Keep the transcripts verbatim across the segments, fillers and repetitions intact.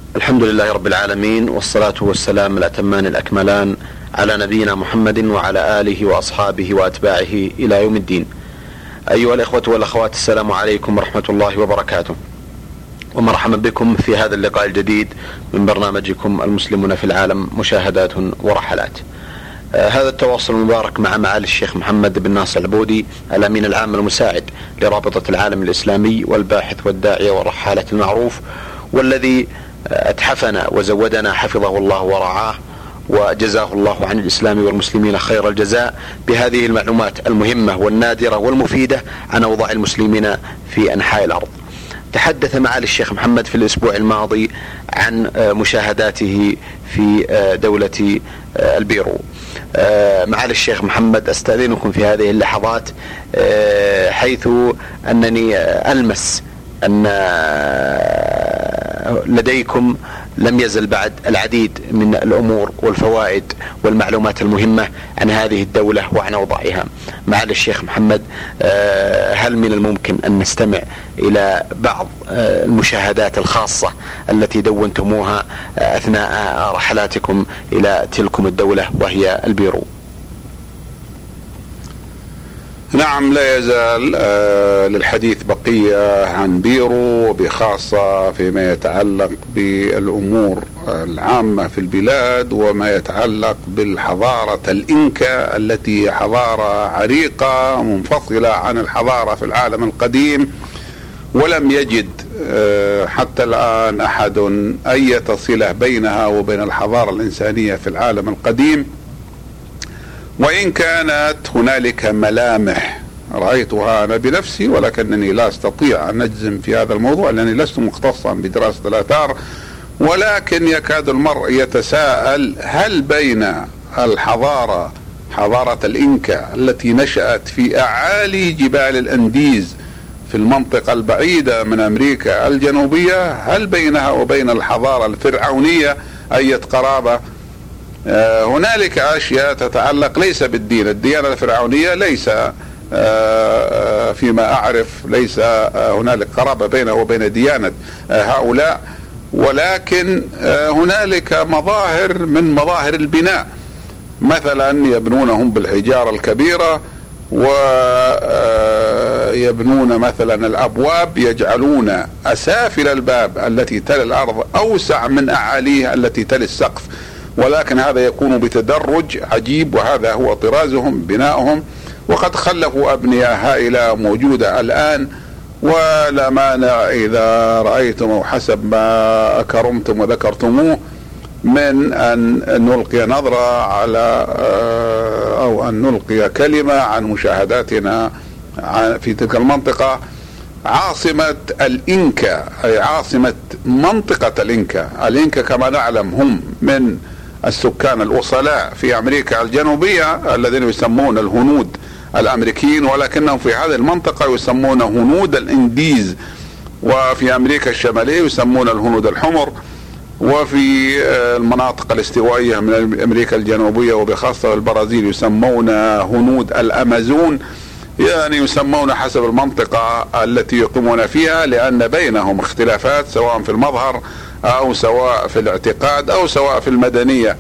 الحمد لله رب العالمين، والصلاة والسلام الأتمان الأكملان على نبينا محمد وعلى آله وأصحابه وأتباعه إلى يوم الدين. أيها الإخوة والأخوات، السلام عليكم ورحمة الله وبركاته، ومرحبا بكم في هذا اللقاء الجديد من برنامجكم المسلمون في العالم، مشاهدات ورحلات. آه هذا التواصل المبارك مع معالي الشيخ محمد بن ناصر العبودي، الأمين العام المساعد لرابطة العالم الإسلامي والباحث والداعية والرحالة المعروف، والذي أتحفنا وزودنا حفظه الله ورعاه وجزاه الله عن الإسلام والمسلمين خير الجزاء بهذه المعلومات المهمة والنادرة والمفيدة عن أوضاع المسلمين في أنحاء الأرض. تحدث معالي الشيخ محمد في الأسبوع الماضي عن مشاهداته في دولة البيرو. معالي الشيخ محمد، أستأذنكم في هذه اللحظات حيث أنني ألمس أن لديكم لم يزل بعد العديد من الأمور والفوائد والمعلومات المهمة عن هذه الدولة وعن أوضاعها. معالي الشيخ محمد، هل من الممكن أن نستمع إلى بعض المشاهدات الخاصة التي دونتموها أثناء رحلاتكم إلى تلكم الدولة وهي البيرو؟ نعم، لا يزال آه للحديث بقية عن بيرو، وبخاصة فيما يتعلق بالأمور العامة في البلاد وما يتعلق بالحضارة الإنكا التي حضارة عريقة منفصلة عن الحضارة في العالم القديم، ولم يجد آه حتى الآن أحد أي صلة بينها وبين الحضارة الإنسانية في العالم القديم، وإن كانت هنالك ملامح رأيتها أنا بنفسي، ولكنني لا أستطيع أن أجزم في هذا الموضوع لأنني لست مختصا بدراسة الآثار، ولكن يكاد المرء يتساءل هل بين الحضارة حضارة الإنكا التي نشأت في أعالي جبال الأنديز في المنطقة البعيدة من أمريكا الجنوبية، هل بينها وبين الحضارة الفرعونية أي قرابة؟ هنالك أشياء تتعلق ليس بالدين، الديانة الفرعونية ليس فيما أعرف ليس هنالك قرابة بينه وبين ديانة هؤلاء، ولكن هنالك مظاهر من مظاهر البناء، مثلا يبنونهم بالحجارة الكبيرة، ويبنون مثلا الأبواب، يجعلون أسافل الباب التي تلي الأرض أوسع من أعاليها التي تلي السقف، ولكن هذا يكون بتدرج عجيب، وهذا هو طرازهم بنائهم. وقد خلفوا أبنية هائلة موجودة الآن، ولا مانع إذا رأيتم أو حسب ما أكرمتم وذكرتموه من أن نلقي نظرة على أو أن نلقي كلمة عن مشاهداتنا في تلك المنطقة. عاصمة الإنكا أي عاصمة منطقة الإنكا، الإنكا كما نعلم هم من السكان الأصلاء في أمريكا الجنوبية الذين يسمون الهنود الأمريكيين، ولكنهم في هذه المنطقة يسمون هنود الإنديز، وفي أمريكا الشمالية يسمون الهنود الحمر، وفي المناطق الاستوائية من أمريكا الجنوبية وبخاصة البرازيل يسمون هنود الأمازون، يعني يسمون حسب المنطقة التي يقيمون فيها، لأن بينهم اختلافات سواء في المظهر أو سواء في الاعتقاد أو سواء في المدنية.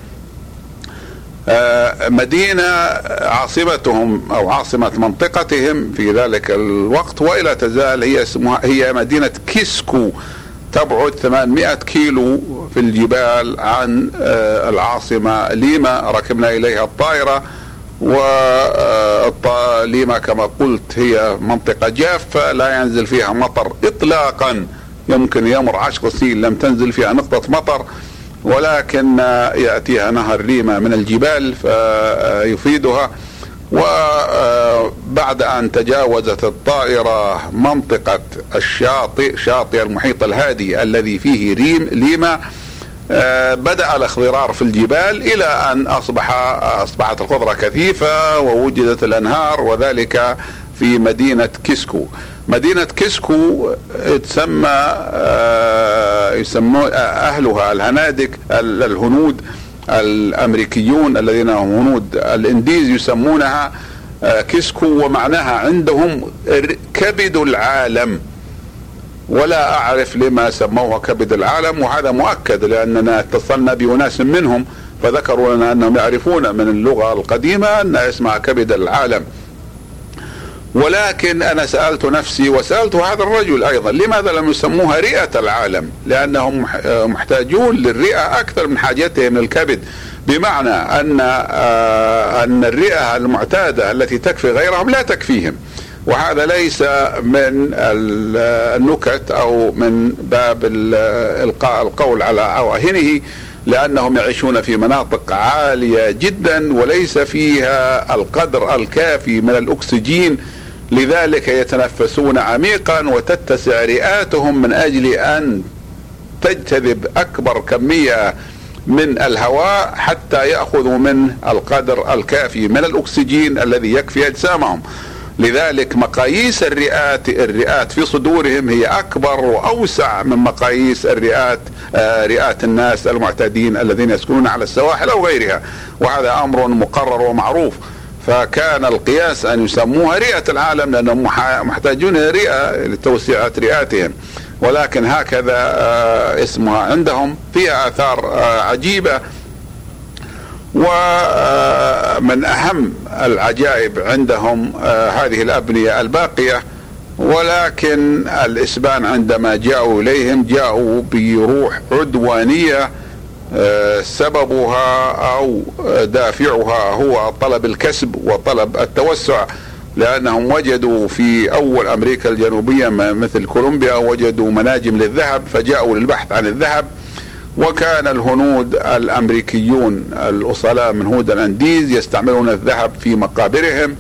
مدينة عاصمتهم أو عاصمة منطقتهم في ذلك الوقت وإلى تزال هي اسمها هي مدينة كيسكو، تبعد ثمانمائة كيلو في الجبال عن العاصمة ليما، ركبنا إليها الطائرة، وليما كما قلت هي منطقة جافة لا ينزل فيها مطر إطلاقا، يمكن يمر عشر سنين لم تنزل فيها نقطة مطر، ولكن يأتيها نهر ليما من الجبال فيفيدها. وبعد أن تجاوزت الطائرة منطقة الشاطئ شاطئ المحيط الهادي الذي فيه ريم ليما، بدأ الاخضرار في الجبال إلى أن أصبح أصبحت الخضرة كثيفة ووجدت الأنهار، وذلك في مدينة كيسكو. مدينة كيسكو تسمى يسمون أهلها الهنادك الهنود الأمريكيون الذين هم هنود الإنديز يسمونها كيسكو، ومعناها عندهم كبد العالم، ولا أعرف لما سموها كبد العالم، وهذا مؤكد لأننا اتصلنا بأناس منهم فذكروا لنا أنهم يعرفون من اللغة القديمة أن اسمها كبد العالم. ولكن أنا سألت نفسي وسألت هذا الرجل أيضا لماذا لم يسموها رئة العالم، لأنهم محتاجون للرئة أكثر من حاجتهم للكبد، بمعنى أن أن الرئة المعتادة التي تكفي غيرهم لا تكفيهم. وهذا ليس من النكت أو من باب إلقاء القول على عواهنه، لأنهم يعيشون في مناطق عالية جدا وليس فيها القدر الكافي من الأكسجين، لذلك يتنفسون عميقا وتتسع رئاتهم من أجل أن تجتذب أكبر كمية من الهواء حتى يأخذوا من القدر الكافي من الأكسجين الذي يكفي أجسامهم. لذلك مقاييس الرئات الرئات في صدورهم هي أكبر وأوسع من مقاييس الرئات رئات الناس المعتادين الذين يسكنون على السواحل أو غيرها، وهذا أمر مقرر ومعروف. فكان القياس أن يسموها رئة العالم لأنهم محتاجون رئة لتوسعة رئاتهم، ولكن هكذا اسمها عندهم. فيها آثار عجيبة، ومن أهم العجائب عندهم هذه الأبنية الباقية. ولكن الإسبان عندما جاءوا إليهم جاءوا بروح عدوانية سببها أو دافعها هو طلب الكسب وطلب التوسع، لأنهم وجدوا في أول أمريكا الجنوبية مثل كولومبيا وجدوا مناجم للذهب فجاءوا للبحث عن الذهب. وكان الهنود الأمريكيون الأصلاء من هود الأنديز يستعملون الذهب في مقابرهم،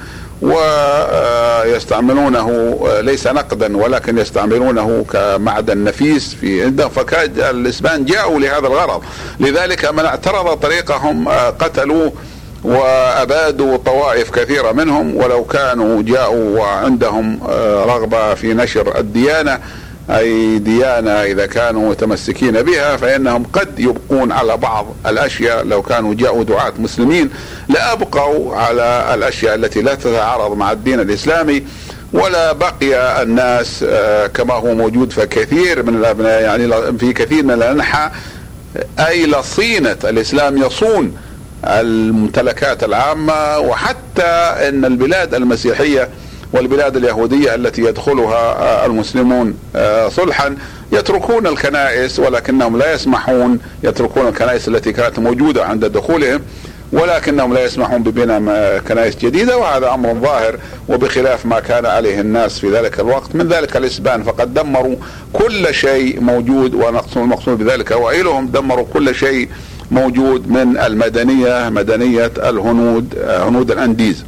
ويستعملونه ليس نقدا ولكن يستعملونه كمعدن نفيس في عندهم. فكاد الإسبان جاءوا لهذا الغرض، لذلك من اعترض طريقهم قتلوا وأبادوا طوائف كثيرة منهم، ولو كانوا جاءوا وعندهم رغبة في نشر الديانة أي ديانة إذا كانوا متمسكين بها فإنهم قد يبقون على بعض الأشياء. لو كانوا جاءوا دعاة مسلمين لأبقوا على الأشياء التي لا تتعارض مع الدين الإسلامي، ولا بقي الناس كما هو موجود في كثير من الأبناء، يعني في كثير من الأنحاء أي لصينة الإسلام يصون الممتلكات العامة، وحتى أن البلاد المسيحية والبلاد اليهودية التي يدخلها المسلمون صلحا يتركون الكنائس، ولكنهم لا يسمحون يتركون الكنائس التي كانت موجودة عند دخولهم، ولكنهم لا يسمحون ببناء كنائس جديدة، وهذا أمر ظاهر وبخلاف ما كان عليه الناس في ذلك الوقت. من ذلك الإسبان فقد دمروا كل شيء موجود، والمقصود بذلك أوائلهم دمروا كل شيء موجود من المدنية مدنية الهنود هنود الأنديز.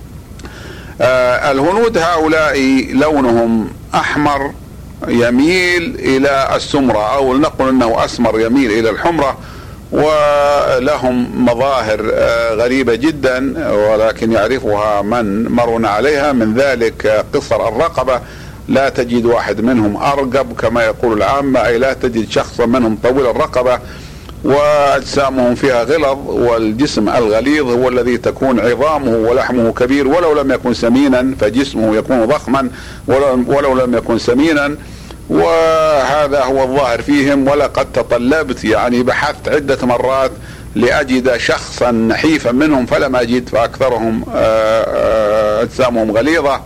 آه الهنود هؤلاء لونهم أحمر يميل إلى السمرة، أو نقول أنه أسمر يميل إلى الحمرة، ولهم مظاهر آه غريبة جدا ولكن يعرفها من مرون عليها. من ذلك قصر الرقبة، لا تجد واحد منهم أرقب كما يقول العامة، أي لا تجد شخصا منهم طويل الرقبة، وأجسامهم فيها غلظ، والجسم الغليظ هو الذي تكون عظامه ولحمه كبير، ولو لم يكن سمينا فجسمه يكون ضخما ولو لم يكن سمينا، وهذا هو الظاهر فيهم. ولقد تطلبت يعني بحثت عدة مرات لأجد شخصا نحيفا منهم فلم أجد، فأكثرهم أجسامهم غليظة،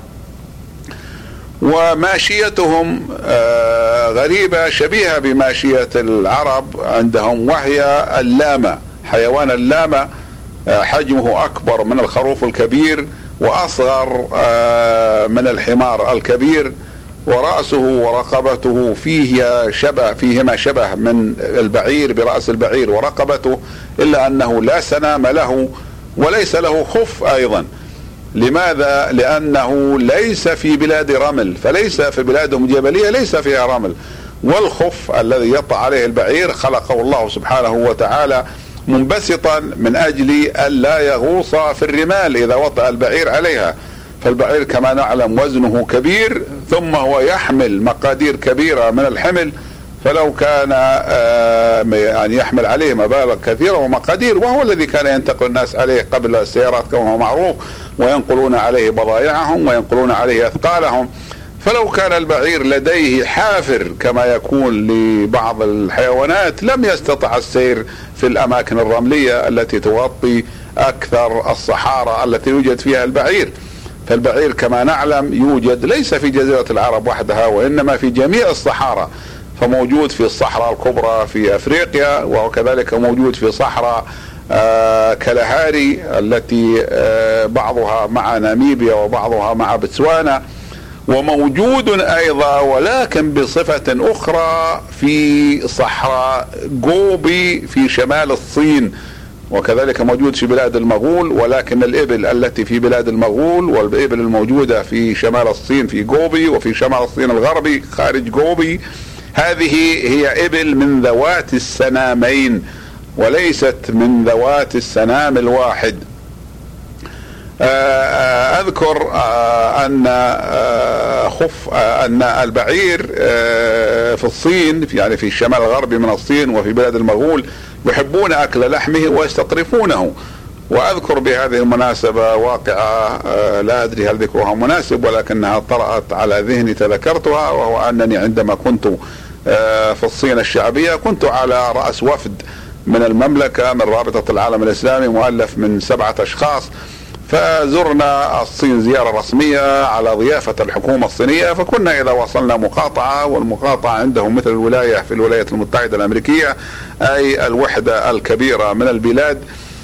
وماشيتهم غريبة شبيهة بماشية العرب عندهم، وهي اللامة، حيوان اللامة حجمه أكبر من الخروف الكبير وأصغر من الحمار الكبير، ورأسه ورقبته فيه شبه فيهما شبه من البعير برأس البعير ورقبته، إلا أنه لا سنام له وليس له خف أيضا. لماذا؟ لأنه ليس في بلاد رمل، فليس في بلادهم جبلية ليس فيها رمل، والخف الذي يطع عليه البعير خلقه الله سبحانه وتعالى منبسطا من أجل ألا يغوص في الرمال إذا وطأ البعير عليها. فالبعير كما نعلم وزنه كبير، ثم هو يحمل مقادير كبيرة من الحمل، فلو كان يعني يحمل عليه مبالغ كثيرة ومقادير، وهو الذي كان ينتقل الناس عليه قبل السيارات كما هو معروف، وينقلون عليه بضائعهم وينقلون عليه أثقالهم. فلو كان البعير لديه حافر كما يكون لبعض الحيوانات لم يستطع السير في الأماكن الرملية التي تغطي أكثر الصحارى التي يوجد فيها البعير. فالبعير كما نعلم يوجد ليس في جزيرة العرب وحدها وإنما في جميع الصحارى، فموجود في الصحراء الكبرى في أفريقيا، وكذلك موجود في صحراء آه كالهاري التي آه بعضها مع ناميبيا وبعضها مع بتسوانا، وموجود أيضا ولكن بصفة أخرى في صحراء جوبي في شمال الصين، وكذلك موجود في بلاد المغول، ولكن الإبل التي في بلاد المغول والإبل الموجودة في شمال الصين في جوبي وفي شمال الصين الغربي خارج جوبي هذه هي إبل من ذوات السنامين وليست من ذوات السنام الواحد. أذكر أن خف أن البعير في الصين يعني في الشمال الغربي من الصين وفي بلاد المغول يحبون أكل لحمه ويستطرفونه. وأذكر بهذه المناسبة واقعة لا أدري هل ذكرها مناسب ولكنها طرأت على ذهني تذكرتها، وهو أنني عندما كنت في الصين الشعبية كنت على رأس وفد من المملكة من رابطة العالم الإسلامي مؤلف من سبعة أشخاص، فزرنا الصين زيارة رسمية على ضيافة الحكومة الصينية. فكنا إذا وصلنا مقاطعة، والمقاطعة عندهم مثل الولاية في الولايات المتحدة الأمريكية أي الوحدة الكبيرة من البلاد،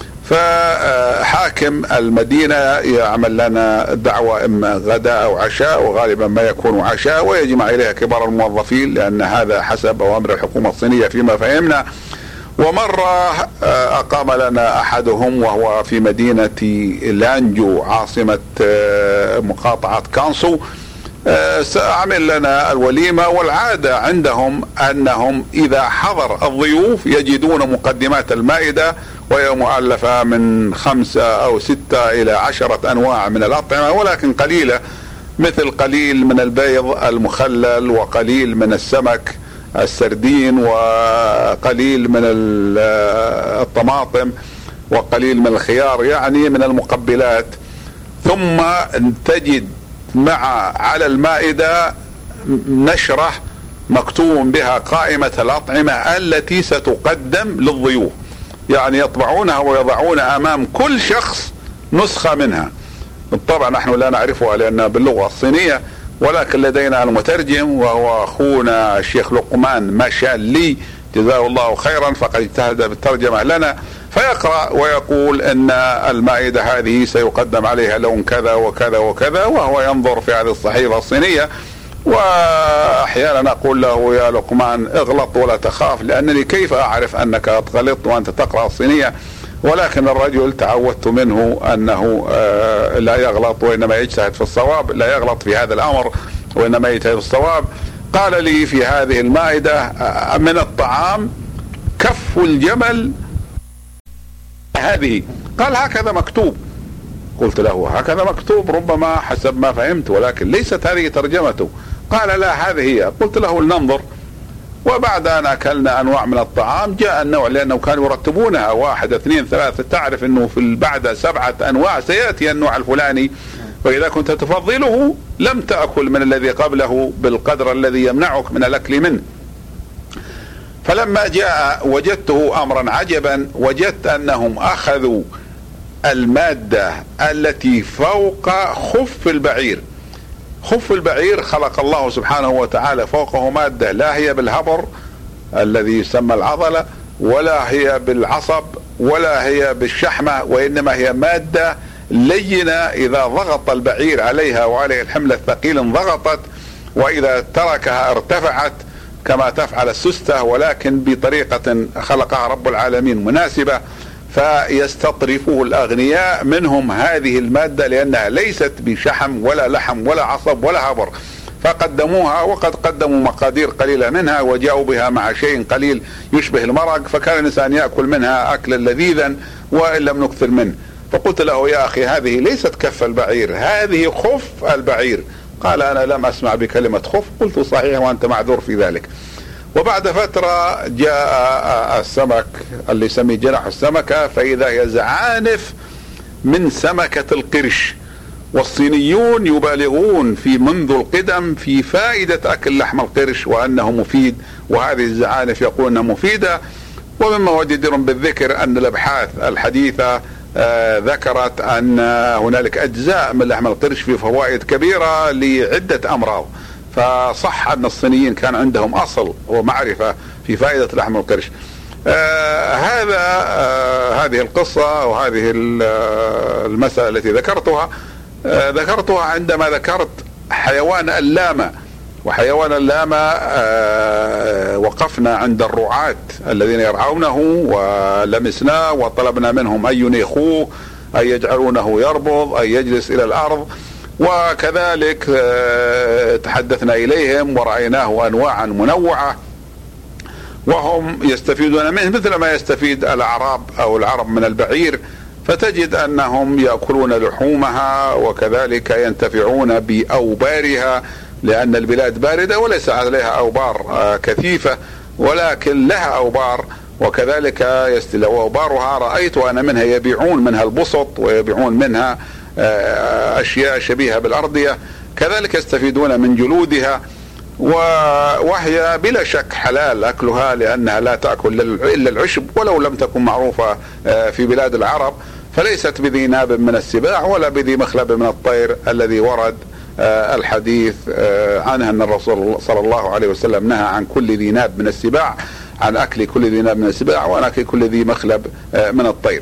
فحاكم المدينة يعمل لنا دعوة إما غداء أو عشاء، وغالبا ما يكون عشاء، ويجمع إليها كبار الموظفين لأن هذا حسب أوامر الحكومة الصينية فيما فهمنا. ومرة أقام لنا أحدهم وهو في مدينة لانجو عاصمة مقاطعة كانسو، عمل لنا الوليمة. والعادة عندهم أنهم إذا حضر الضيوف يجدون مقدمات المائدة وهي مؤلفة من خمسة أو ستة إلى عشرة أنواع من الأطعمة، ولكن قليلة، مثل قليل من البيض المخلل وقليل من السمك السردين وقليل من الطماطم وقليل من الخيار، يعني من المقبلات. ثم تجد مع على المائدة نشرة مكتوب بها قائمة الأطعمة التي ستقدم للضيوف، يعني يطبعونها ويضعون أمام كل شخص نسخة منها. طبعا نحن لا نعرفها لأنها باللغة الصينية، ولكن لدينا المترجم وهو أخونا الشيخ لقمان ماشالي جزاه الله خيرا، فقد اجتهد بالترجمة لنا، فيقرأ ويقول ان المائدة هذه سيقدم عليها لون كذا وكذا وكذا، وهو ينظر في هذه الصحيفة الصينية. واحيانا اقول له يا لقمان اغلط ولا تخاف، لانني كيف اعرف انك غلطت وانت تقرأ الصينية؟ ولكن الرجل تعودت منه انه لا يغلط وانما يجتهد في الصواب، لا يغلط في هذا الامر وانما يجتهد في الصواب. قال لي في هذه المائدة من الطعام كف الجمل هذه، قال هكذا مكتوب. قلت له هكذا مكتوب ربما حسب ما فهمت، ولكن ليست هذه ترجمته. قال لا هذه هي. قلت له لننظر. وبعد أن أكلنا أنواع من الطعام جاء النوع، لأنه كانوا يرتبونها واحد اثنين ثلاثة، تعرف أنه في بعد سبعة أنواع سيأتي النوع الفلاني، وإذا كنت تفضله لم تأكل من الذي قبله بالقدر الذي يمنعك من الأكل منه. فلما جاء وجدته أمرا عجبا، وجدت أنهم أخذوا المادة التي فوق خف البعير. خف البعير خلق الله سبحانه وتعالى فوقه مادة لا هي بالهبر الذي يسمى العضلة، ولا هي بالعصب، ولا هي بالشحمة، وإنما هي مادة لينة إذا ضغط البعير عليها وعليه الحمل الثقيل انضغطت، وإذا تركها ارتفعت كما تفعل السستة، ولكن بطريقة خلقها رب العالمين مناسبة. فيستطرفه الأغنياء منهم هذه المادة لأنها ليست بشحم ولا لحم ولا عصب ولا هبر، فقدموها، وقد قدموا مقادير قليلة منها وجاءوا بها مع شيء قليل يشبه المرق، فكان الإنسان يأكل منها أكلا لذيذا وإن لم نكثر منه. فقلت له يا أخي هذه ليست كف البعير، هذه خف البعير. قال أنا لم أسمع بكلمة خف. قلت صحيح وأنت معذور في ذلك. وبعد فترة جاء السمك اللي يسميه جناح السمكة، فإذا هي زعانف من سمكة القرش، والصينيون يبالغون في منذ القدم في فائدة أكل لحم القرش وأنه مفيد، وهذه الزعانف يقولون أنها مفيدة. ومما هو جدير بالذكر أن الأبحاث الحديثة آه ذكرت أن هنالك أجزاء من لحم القرش في فوائد كبيرة لعدة أمراض، فصح أن الصينيين كان عندهم أصل ومعرفة في فائدة لحم القرش. آه هذا آه هذه القصة وهذه المسألة التي ذكرتها آه ذكرتها عندما ذكرت حيوان اللامة. وحيوان اللامة آه وقفنا عند الرعاة الذين يرعونه ولمسناه وطلبنا منهم أن ينيخوه، أن يجعلونه يربض، أن يجلس إلى الأرض، وكذلك آه تحدثنا إليهم ورأيناه أنواعا منوعة وهم يستفيدون منه مثل ما يستفيد الأعراب أو العرب من البعير، فتجد أنهم يأكلون لحومها وكذلك ينتفعون بأوبارها، لأن البلاد باردة وليس عليها أوبار كثيفة ولكن لها أوبار، وكذلك يستلوا أوبارها. رأيت أنا منها يبيعون منها البسط ويبيعون منها أشياء شبيهة بالأرضية، كذلك يستفيدون من جلودها، وهي بلا شك حلال أكلها لأنها لا تأكل إلا العشب ولو لم تكن معروفة في بلاد العرب، فليست بذي ناب من السباع ولا بذي مخلب من الطير الذي ورد الحديث عنها أن الرسول صلى الله عليه وسلم نهى عن كل ذي ناب من السباع، عن أكل كل ذي ناب من السباع وعن أكل كل ذي مخلب من الطير.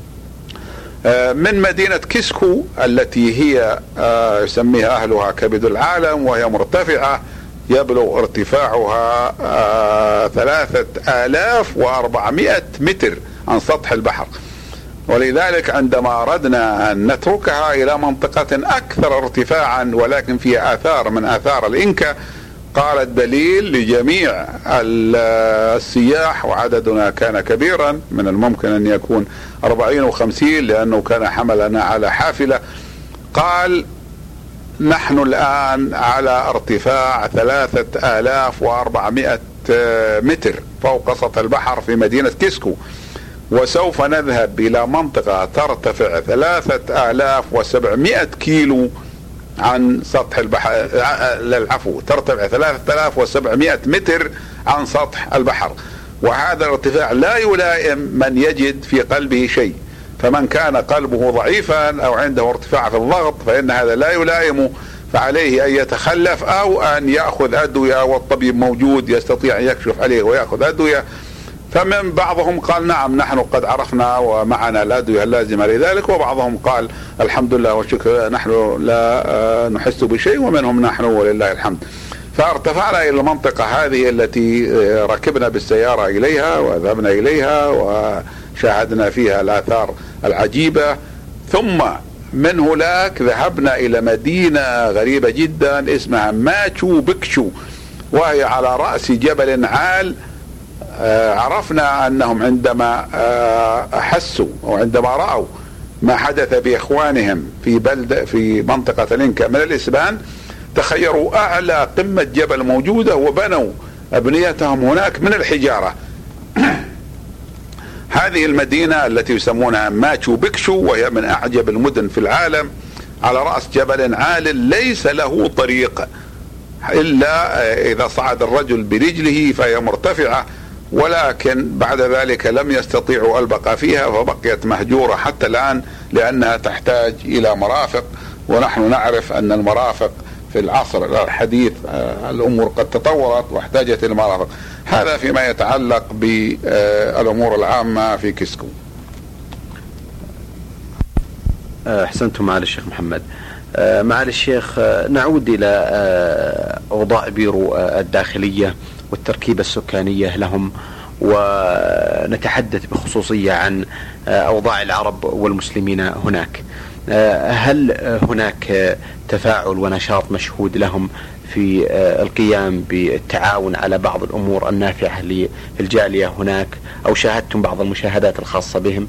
من مدينة كيسكو التي هي يسميها أهلها كبد العالم، وهي مرتفعة يبلغ ارتفاعها ثلاثة آلاف وأربعمائة متر عن سطح البحر، ولذلك عندما أردنا أن نتركها إلى منطقة أكثر ارتفاعا ولكن فيها آثار من آثار الإنكا، قال الدليل لجميع السياح وعددنا كان كبيرا، من الممكن أن يكون أربعين وخمسين لأنه كان حملنا على حافلة، قال نحن الآن على ارتفاع ثلاثة آلاف وأربعمائة متر فوق سطح البحر في مدينة كيسكو، وسوف نذهب إلى منطقة ترتفع ثلاثة آلاف وسبعمائة كيلو عن سطح البحر، العفو ترتفع ثلاثة آلاف وسبعمائة متر عن سطح البحر، وهذا الارتفاع لا يلائم من يجد في قلبه شيء، فمن كان قلبه ضعيفا أو عنده ارتفاع في الضغط فإن هذا لا يلائمه، فعليه أن يتخلف أو أن يأخذ أدوية، والطبيب موجود يستطيع أن يكشف عليه ويأخذ أدوية. فمن بعضهم قال نعم نحن قد عرفنا ومعنا الأدوية اللازمة لذلك، وبعضهم قال الحمد لله والشكر نحن لا نحس بشيء، ومنهم نحن ولله الحمد. فارتفعنا إلى المنطقة هذه التي ركبنا بالسيارة إليها وذهبنا إليها وشاهدنا فيها الآثار العجيبة، ثم من هناك ذهبنا إلى مدينة غريبة جدا اسمها ماتشو بيكشو، وهي على رأس جبل عال. آه عرفنا أنهم عندما آه أحسوا أو عندما رأوا ما حدث بإخوانهم في بلدة في منطقة الإنكا من الإسبان، تخيروا أعلى قمة جبل موجودة وبنوا أبنيتهم هناك من الحجارة. هذه المدينة التي يسمونها ماتشو بيكشو، وهي من أعجب المدن في العالم، على رأس جبل عال ليس له طريق إلا إذا صعد الرجل برجله فهي مرتفعة، ولكن بعد ذلك لم يستطيعوا البقاء فيها فبقيت مهجورة حتى الآن لأنها تحتاج إلى مرافق، ونحن نعرف أن المرافق في العصر الحديث الأمور قد تطورت واحتاجت إلى مرافق. هذا فيما يتعلق بالأمور العامة في كيسكو. أحسنتم معالي الشيخ محمد. معالي الشيخ، نعود إلى أوضاع بيرو الداخلية والتركيبة السكانية لهم، ونتحدث بخصوصية عن أوضاع العرب والمسلمين هناك. هل هناك تفاعل ونشاط مشهود لهم في القيام بالتعاون على بعض الأمور النافعة للجالية هناك، أو شاهدتم بعض المشاهدات الخاصة بهم؟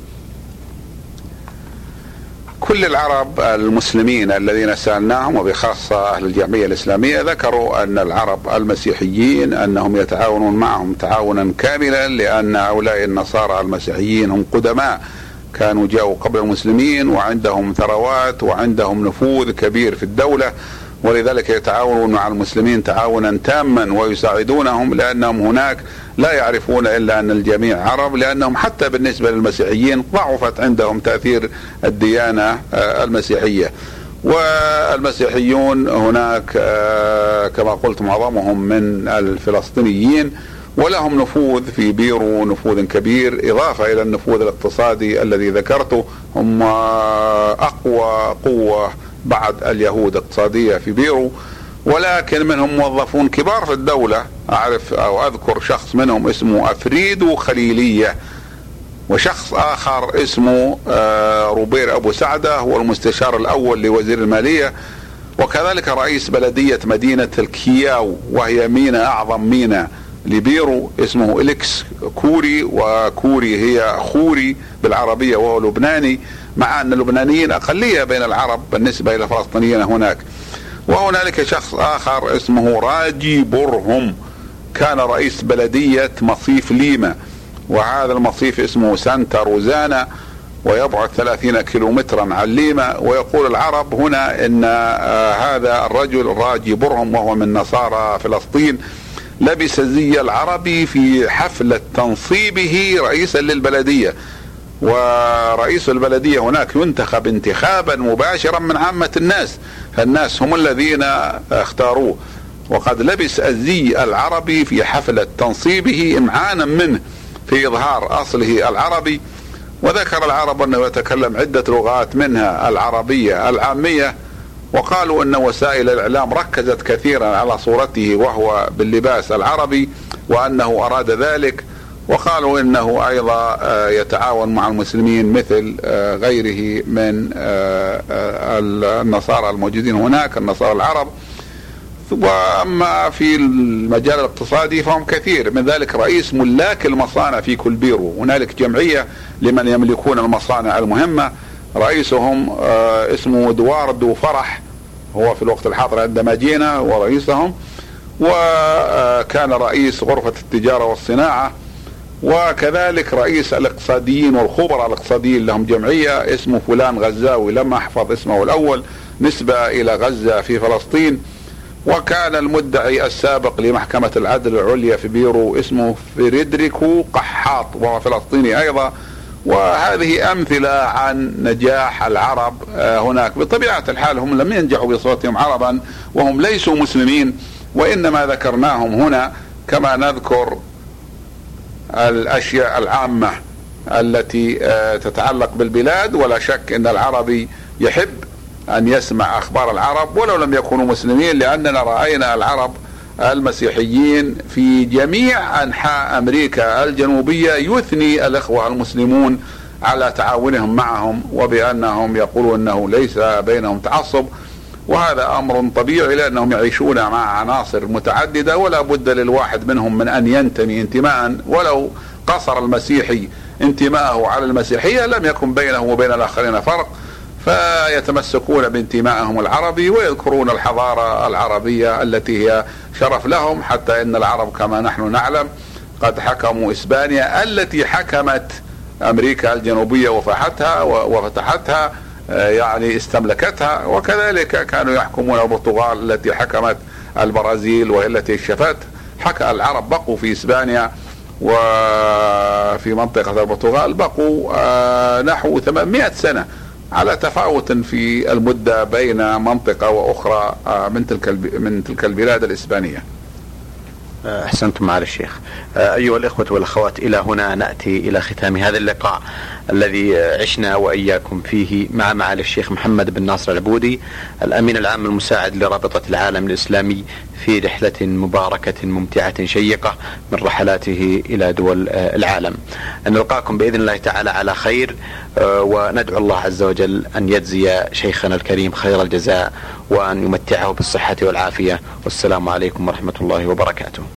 كل العرب المسلمين الذين سألناهم وبخاصة أهل الجمعية الإسلامية ذكروا أن العرب المسيحيين أنهم يتعاونون معهم تعاونا كاملا، لأن هؤلاء النصارى المسيحيين هم قدماء كانوا جاءوا قبل المسلمين وعندهم ثروات وعندهم نفوذ كبير في الدولة، ولذلك يتعاونون مع المسلمين تعاونا تاما ويساعدونهم، لأنهم هناك لا يعرفون إلا أن الجميع عرب، لأنهم حتى بالنسبة للمسيحيين ضعفت عندهم تأثير الديانة المسيحية. والمسيحيون هناك كما قلت معظمهم من الفلسطينيين، ولهم نفوذ في بيرو نفوذ كبير، إضافة إلى النفوذ الاقتصادي الذي ذكرته. هم أقوى قوة بعد اليهود اقتصادية في بيرو، ولكن منهم موظفون كبار في الدولة. أعرف أو أذكر شخص منهم اسمه أفريدو خليلية، وشخص آخر اسمه روبير أبو سعدة هو المستشار الأول لوزير المالية، وكذلك رئيس بلدية مدينة الكياو وهي ميناء أعظم ميناء لبيرو اسمه إليكس كوري، وكوري هي خوري بالعربية وهو لبناني، مع أن اللبنانيين أقلية بين العرب بالنسبة إلى الفلسطينيين هناك. وهنالك شخص آخر اسمه راجي برهم، كان رئيس بلدية مصيف ليما، وهذا المصيف اسمه سانتا روزانا ويبعد ثلاثين كيلومترا عن ليما. ويقول العرب هنا ان آه هذا الرجل راجي برهم وهو من نصارى فلسطين لبس الزي العربي في حفلة تنصيبه رئيسا للبلدية، ورئيس البلدية هناك ينتخب انتخابا مباشرا من عامة الناس، فالناس هم الذين اختاروه، وقد لبس الزي العربي في حفلة تنصيبه إمعانا منه في إظهار أصله العربي. وذكر العرب أنه يتكلم عدة لغات منها العربية العامية، وقالوا أن وسائل الإعلام ركزت كثيرا على صورته وهو باللباس العربي وأنه أراد ذلك، وقالوا إنه أيضا يتعاون مع المسلمين مثل غيره من النصارى الموجودين هناك، النصارى العرب. وأما في المجال الاقتصادي فهم كثير، من ذلك رئيس ملاك المصانع في كل بيرو، هنالك جمعية لمن يملكون المصانع المهمة، رئيسهم اسمه ادواردو فرح، هو في الوقت الحاضر عندما جينا ورئيسهم، وكان رئيس غرفة التجارة والصناعة، وكذلك رئيس الاقتصاديين والخبراء الاقتصاديين لهم جمعية اسمه فلان غزاوي، لم أحفظ اسمه الأول، نسبة إلى غزة في فلسطين. وكان المدعي السابق لمحكمة العدل العليا في بيرو اسمه فريدريكو قحاط وهو فلسطيني أيضا. وهذه أمثلة عن نجاح العرب هناك. بطبيعة الحال هم لم ينجحوا بصوتهم عربا وهم ليسوا مسلمين، وإنما ذكرناهم هنا كما نذكر الأشياء العامة التي تتعلق بالبلاد. ولا شك أن العربي يحب أن يسمع أخبار العرب ولو لم يكونوا مسلمين، لأننا رأينا العرب المسيحيين في جميع أنحاء أمريكا الجنوبية يثني الإخوة المسلمون على تعاونهم معهم، وبأنهم يقولون أنه ليس بينهم تعصب، وهذا أمر طبيعي لأنهم يعيشون مع عناصر متعددة، ولا بد للواحد منهم من أن ينتمي انتماء، ولو قصر المسيحي انتماءه على المسيحية لم يكن بينه وبين الآخرين فرق، فيتمسكون بانتمائهم العربي ويذكرون الحضارة العربية التي هي شرف لهم، حتى إن العرب كما نحن نعلم قد حكموا إسبانيا التي حكمت أمريكا الجنوبية وفتحتها وفتحتها يعني استملكتها، وكذلك كانوا يحكمون البرتغال التي حكمت البرازيل وهي التي اكتشفت. حكى العرب بقوا في إسبانيا وفي منطقة البرتغال بقوا نحو ثمانمائة سنة، على تفاوت في المدة بين منطقة وأخرى من تلك من تلك البلاد الإسبانية. أحسنتم معالي الشيخ. أيها الإخوة والأخوات، إلى هنا نأتي إلى ختام هذا اللقاء الذي عشنا وإياكم فيه مع معالي الشيخ محمد بن ناصر العبودي، الأمين العام المساعد لرابطة العالم الإسلامي، في رحلة مباركة ممتعة شيقة من رحلاته إلى دول العالم. نلقاكم بإذن الله تعالى على خير، وندعو الله عز وجل أن يجزي شيخنا الكريم خير الجزاء وأن يمتعه بالصحة والعافية، والسلام عليكم ورحمة الله وبركاته.